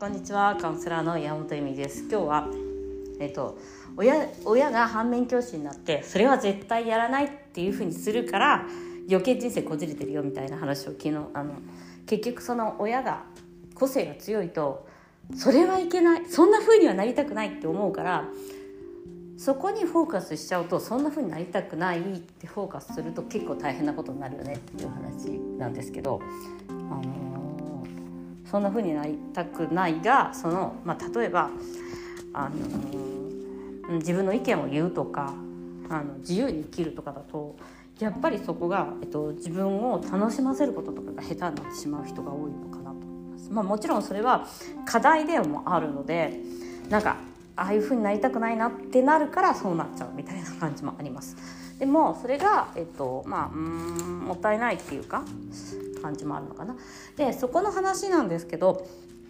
こんにちは。カウンセラーの山本由美です。今日は、親が反面教師になってそれは絶対やらないっていう風にするから余計人生こじれてるよみたいな話を昨日結局その親が個性が強いとそれはいけない、そんな風にはなりたくないって思うからそこにフォーカスしちゃうとそんな風になりたくないってフォーカスすると結構大変なことになるよねっていう話なんですけど、そんな風になりたくないが例えば自分の意見を言うとか自由に生きるとかだとやっぱりそこが、自分を楽しませることとかが下手になってしまう人が多いのかなと思います。もちろんそれは課題でもあるのでああいう風になりたくないなってなるからそうなっちゃうみたいな感じもあります。でもそれが、もったいないっていうか感じもあるのかな。でそこの話なんですけど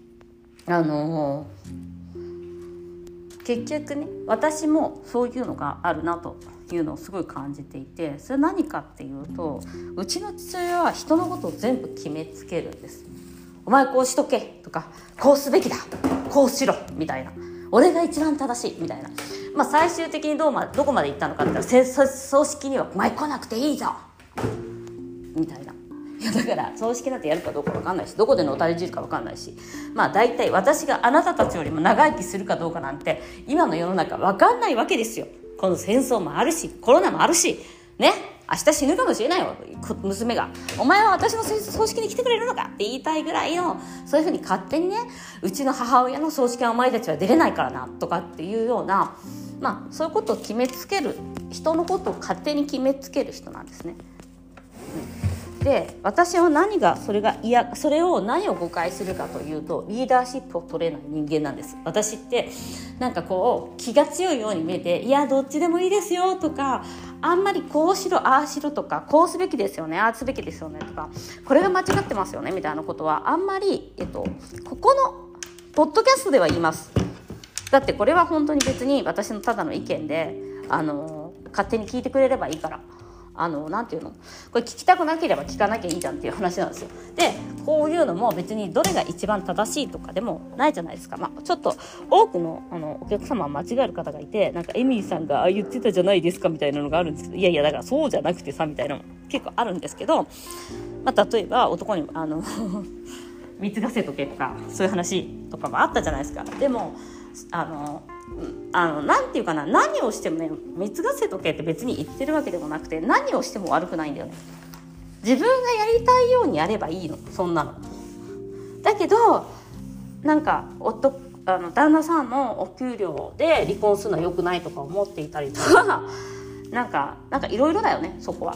結局ね私もそういうのがあるなというのをすごい感じていて、それ何かっていうとうちの父親は人のことを全部決めつけるんです。お前こうしとけとかこうすべきだこうしろみたいな、俺が一番正しいみたいな、最終的にどこまで行ったのかって言ったら葬式にはお前来なくていいぞみたいな。いやだから葬式なんてやるかどうか分かんないしどこでのたれ汁か分かんないし大体私があなたたちよりも長生きするかどうかなんて今の世の中分かんないわけですよ。この戦争もあるしコロナもあるしね、明日死ぬかもしれないよ娘が。お前は私の葬式に来てくれるのかって言いたいぐらいの、そういうふうに勝手にねうちの母親の葬式はお前たちは出れないからなとかっていうようなそういうことを決めつける人のことを勝手に決めつける人なんですね。で私はそれを何を誤解するかというとリーダーシップを取れない人間なんです。私って気が強いように見えていやどっちでもいいですよとかあんまりこうしろああしろとかこうすべきですよねああすべきですよねとかこれが間違ってますよねみたいなことはあんまり、ここのポッドキャストでは言います。だってこれは本当に別に私のただの意見で勝手に聞いてくれればいいからなんていうのこれ聞きたくなければ聞かなきゃいいじゃんっていう話なんですよ。でこういうのも別にどれが一番正しいとかでもないじゃないですか。ちょっと多くのお客様は間違える方がいてエミリーさんが言ってたじゃないですかみたいなのがあるんですけど、いやだからそうじゃなくてさみたいなの結構あるんですけど、例えば男に貢がせとけとかそういう話とかもあったじゃないですか。でもなんていうかな、何をしてもね貢がせとけって別に言ってるわけでもなくて何をしても悪くないんだよね。自分がやりたいようにやればいいのそんなの。だけど旦那さんのお給料で離婚するのは良くないとか思っていたりとかいろいろだよねそこは。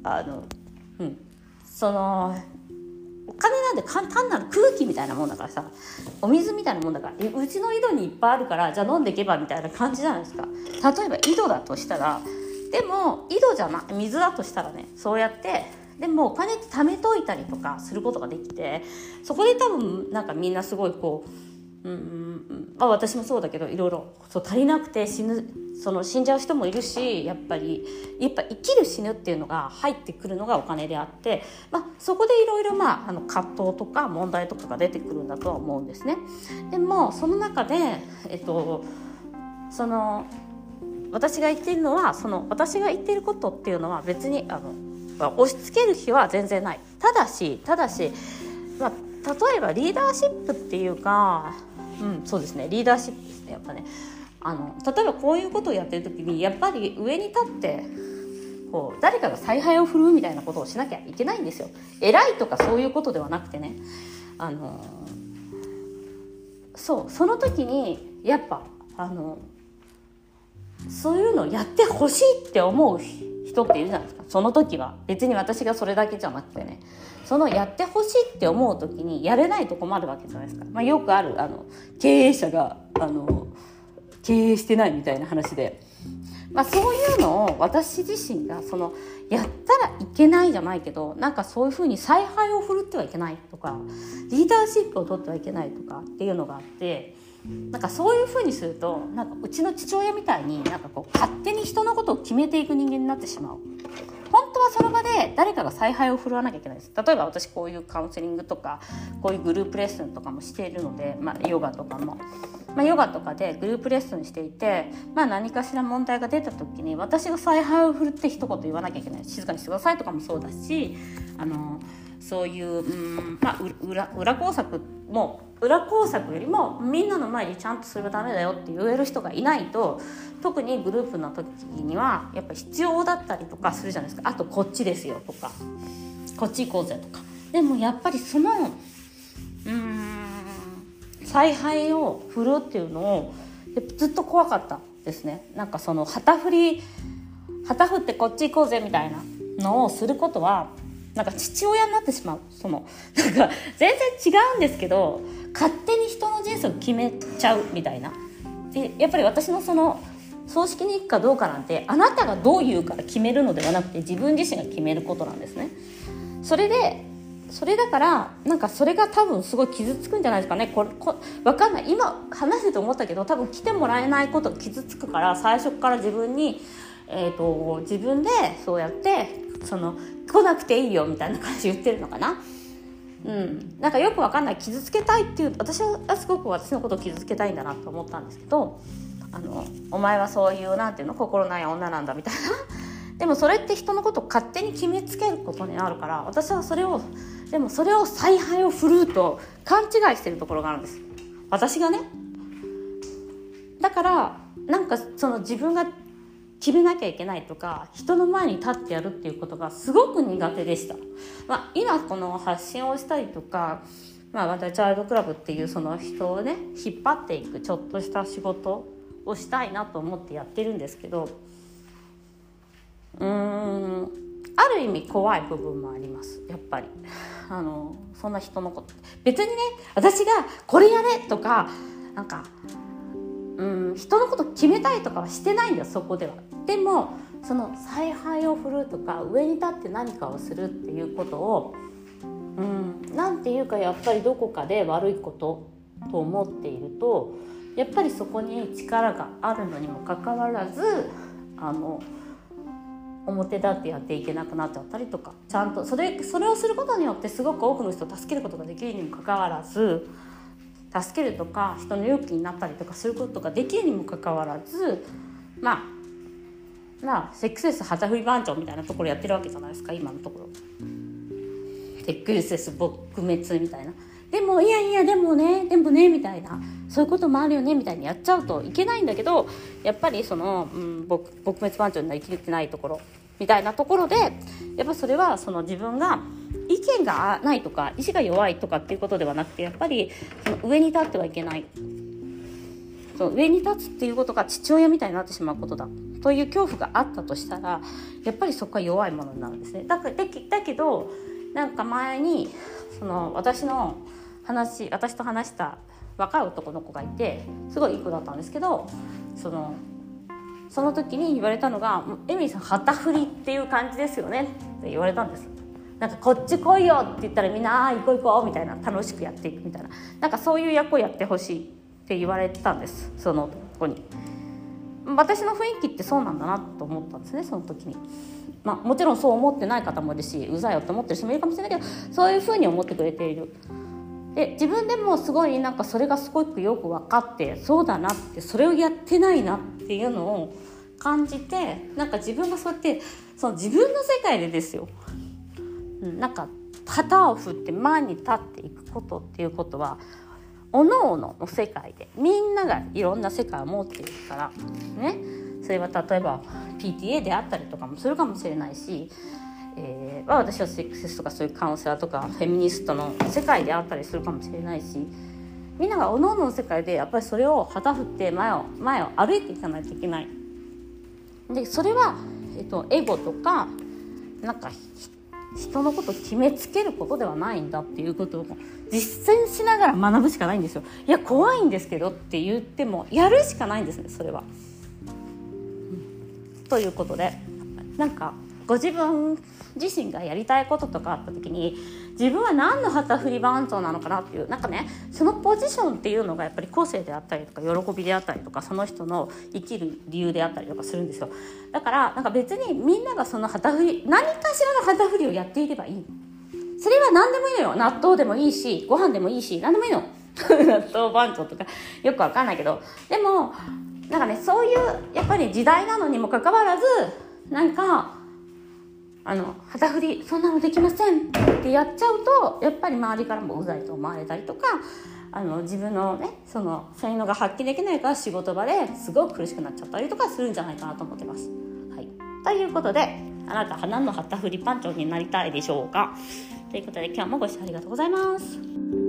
お金なんで単なる空気みたいなもんだからさ、お水みたいなもんだからうちの井戸にいっぱいあるからじゃあ飲んでいけばみたいな感じじゃないですか。例えば井戸だとしたらでも井戸じゃない水だとしたらねそうやってでもお金って貯めといたりとかすることができてそこで多分みんなすごい私もそうだけどいろいろ足りなくて死んじゃう人もいるしやっぱ生きる死ぬっていうのが入ってくるのがお金であって、そこでいろいろ葛藤とか問題とかが出てくるんだとは思うんですね。でもその中で私が言っているのは私が言っていることっていうのは別に押し付ける日は全然ない。ただし、例えばリーダーシップっていうかそうですねリーダーシップですね。やっぱね例えばこういうことをやってる時にやっぱり上に立って誰かが采配を振るうみたいなことをしなきゃいけないんですよ。偉いとかそういうことではなくてねその時にやっぱそういうのをやってほしいって思う人っているじゃないですか。その時は別に私がそれだけじゃなくてねやってほしいって思う時にやれないと困るわけじゃないですか。よくある経営者が経営してないみたいな話で、そういうのを私自身がやったらいけないじゃないけどそういうふうに采配を振るってはいけないとかリーダーシップを取ってはいけないとかっていうのがあってそういうふうにするとうちの父親みたいに勝手に人のことを決めていく人間になってしまう。本当場その場で誰かが采配を振るわなきゃいけないです。例えば私こういうカウンセリングとかこういうグループレッスンとかもしているので、ヨガとかも、ヨガとかでグループレッスンしていて、何かしら問題が出た時に私が采配を振るって一言言わなきゃいけない。静かにしてくださいとかもそうだし、そういう裏工作よりもみんなの前にちゃんとすればダメだよって言える人がいないと、特にグループの時にはやっぱり必要だったりとかするじゃないですか。あとこっちですよとかこっち行こうぜとか。でもやっぱりその采配を振るっていうのをずっと怖かったですね。なんかその旗振ってこっち行こうぜみたいなのをすることはなんか父親になってしまう。なんか全然違うんですけど勝手に人の人生を決めちゃうみたいな。でやっぱり私のその葬式に行くかどうかなんてあなたがどう言うから決めるのではなくて自分自身が決めることなんですね。それだからなんかそれが多分すごい傷つくんじゃないですかね。分かんない。今話してて思ったけど多分来てもらえないこと傷つくから最初から自分に、自分でそうやって来なくていいよみたいな感じで言ってるのかな。なんかよく分かんない。傷つけたいっていう私はすごく私のことを傷つけたいんだなと思ったんですけど、お前はそういうなんていうの心ない女なんだみたいなでもそれって人のことを勝手に決めつけることになるから、私はそれを采配を振るうと勘違いしてるところがあるんです、私がね。だからなんかその自分が決めなきゃいけないとか人の前に立ってやるっていうことがすごく苦手でした。今この発信をしたりとか、またチャイルドクラブっていうその人をね引っ張っていくちょっとした仕事をしたいなと思ってやってるんですけど、ある意味怖い部分もあります。やっぱりそんな人のこと別にね私がこれやれとかなんか人のこと決めたいとかはしてないんだよ、そこでは。でもその采配を振るとか上に立って何かをするっていうことをなんていうかやっぱりどこかで悪いことと思っているとやっぱりそこに力があるのにもかかわらず表立ってやっていけなくなっちゃったりとか、ちゃんとそれをすることによってすごく多くの人を助けることができるにもかかわらず、助けるとか人の勇気になったりとかすることができるにもかかわらずセックスレス旗振り番長みたいなところやってるわけじゃないですか今のところ。セックスレス撲滅みたいな。でもでもねみたいな、そういうこともあるよねみたいにやっちゃうといけないんだけど、やっぱりその、撲滅番長になりきれてないところみたいなところで、やっぱそれはその自分が意見がないとか意志が弱いとかっていうことではなくて、やっぱりその上に立ってはいけない、その上に立つっていうことが父親みたいになってしまうことだという恐怖があったとしたら、やっぱりそこは弱いものになるんですね。だけどなんか前にその私と話した若い男の子がいて、すごいいい子だったんですけど、その時に言われたのが、エミリーさん旗振りっていう感じですよねって言われたんです。なんかこっち来いよって言ったらみんな行こう行こうみたいな、楽しくやっていくみたいな、なんかそういう役をやってほしいって言われたんです、その子に。私の雰囲気ってそうなんだなと思ったんですね、その時に。もちろんそう思ってない方もいるし、うざいよって思ってる人もいるかもしれないけど、そういう風に思ってくれている。で自分でもすごいなんかそれがすごくよく分かって、そうだなって、それをやってないなっていうのを感じて、なんか自分がそうやってその自分の世界でですよ、なんか旗を振って前に立っていくことっていうことは各々の世界でみんながいろんな世界を持っているからね。それは例えば PTA であったりとかもするかもしれないし、私はセックスレスとかそういうカウンセラーとかフェミニストの世界であったりするかもしれないし、みんなが各々の世界でやっぱりそれを旗振って前を歩いていかないといけない。でそれは、エゴとかなんか人のことを決めつけることではないんだっていうことを実践しながら学ぶしかないんですよ。いや怖いんですけどって言ってもやるしかないんですね、それは。ということでなんかご自分自身がやりたいこととかあった時に自分は何の旗振り番長なのかなっていうなんかねそのポジションっていうのがやっぱり個性であったりとか喜びであったりとかその人の生きる理由であったりとかするんですよ。だからなんか別にみんながその旗振り何かしらの旗振りをやっていればいい。それは何でもいいのよ。納豆でもいいしご飯でもいいし何でもいいの納豆番長とかよくわかんないけどでもなんかねそういうやっぱり時代なのにもかかわらずなんか旗振りそんなのできませんってやっちゃうとやっぱり周りからもうざいと思われたりとか自分のねその才能が発揮できないから仕事場ですごく苦しくなっちゃったりとかするんじゃないかなと思ってます、はい、ということであなた何の旗振り番長になりたいでしょうかということで今日もご視聴ありがとうございます。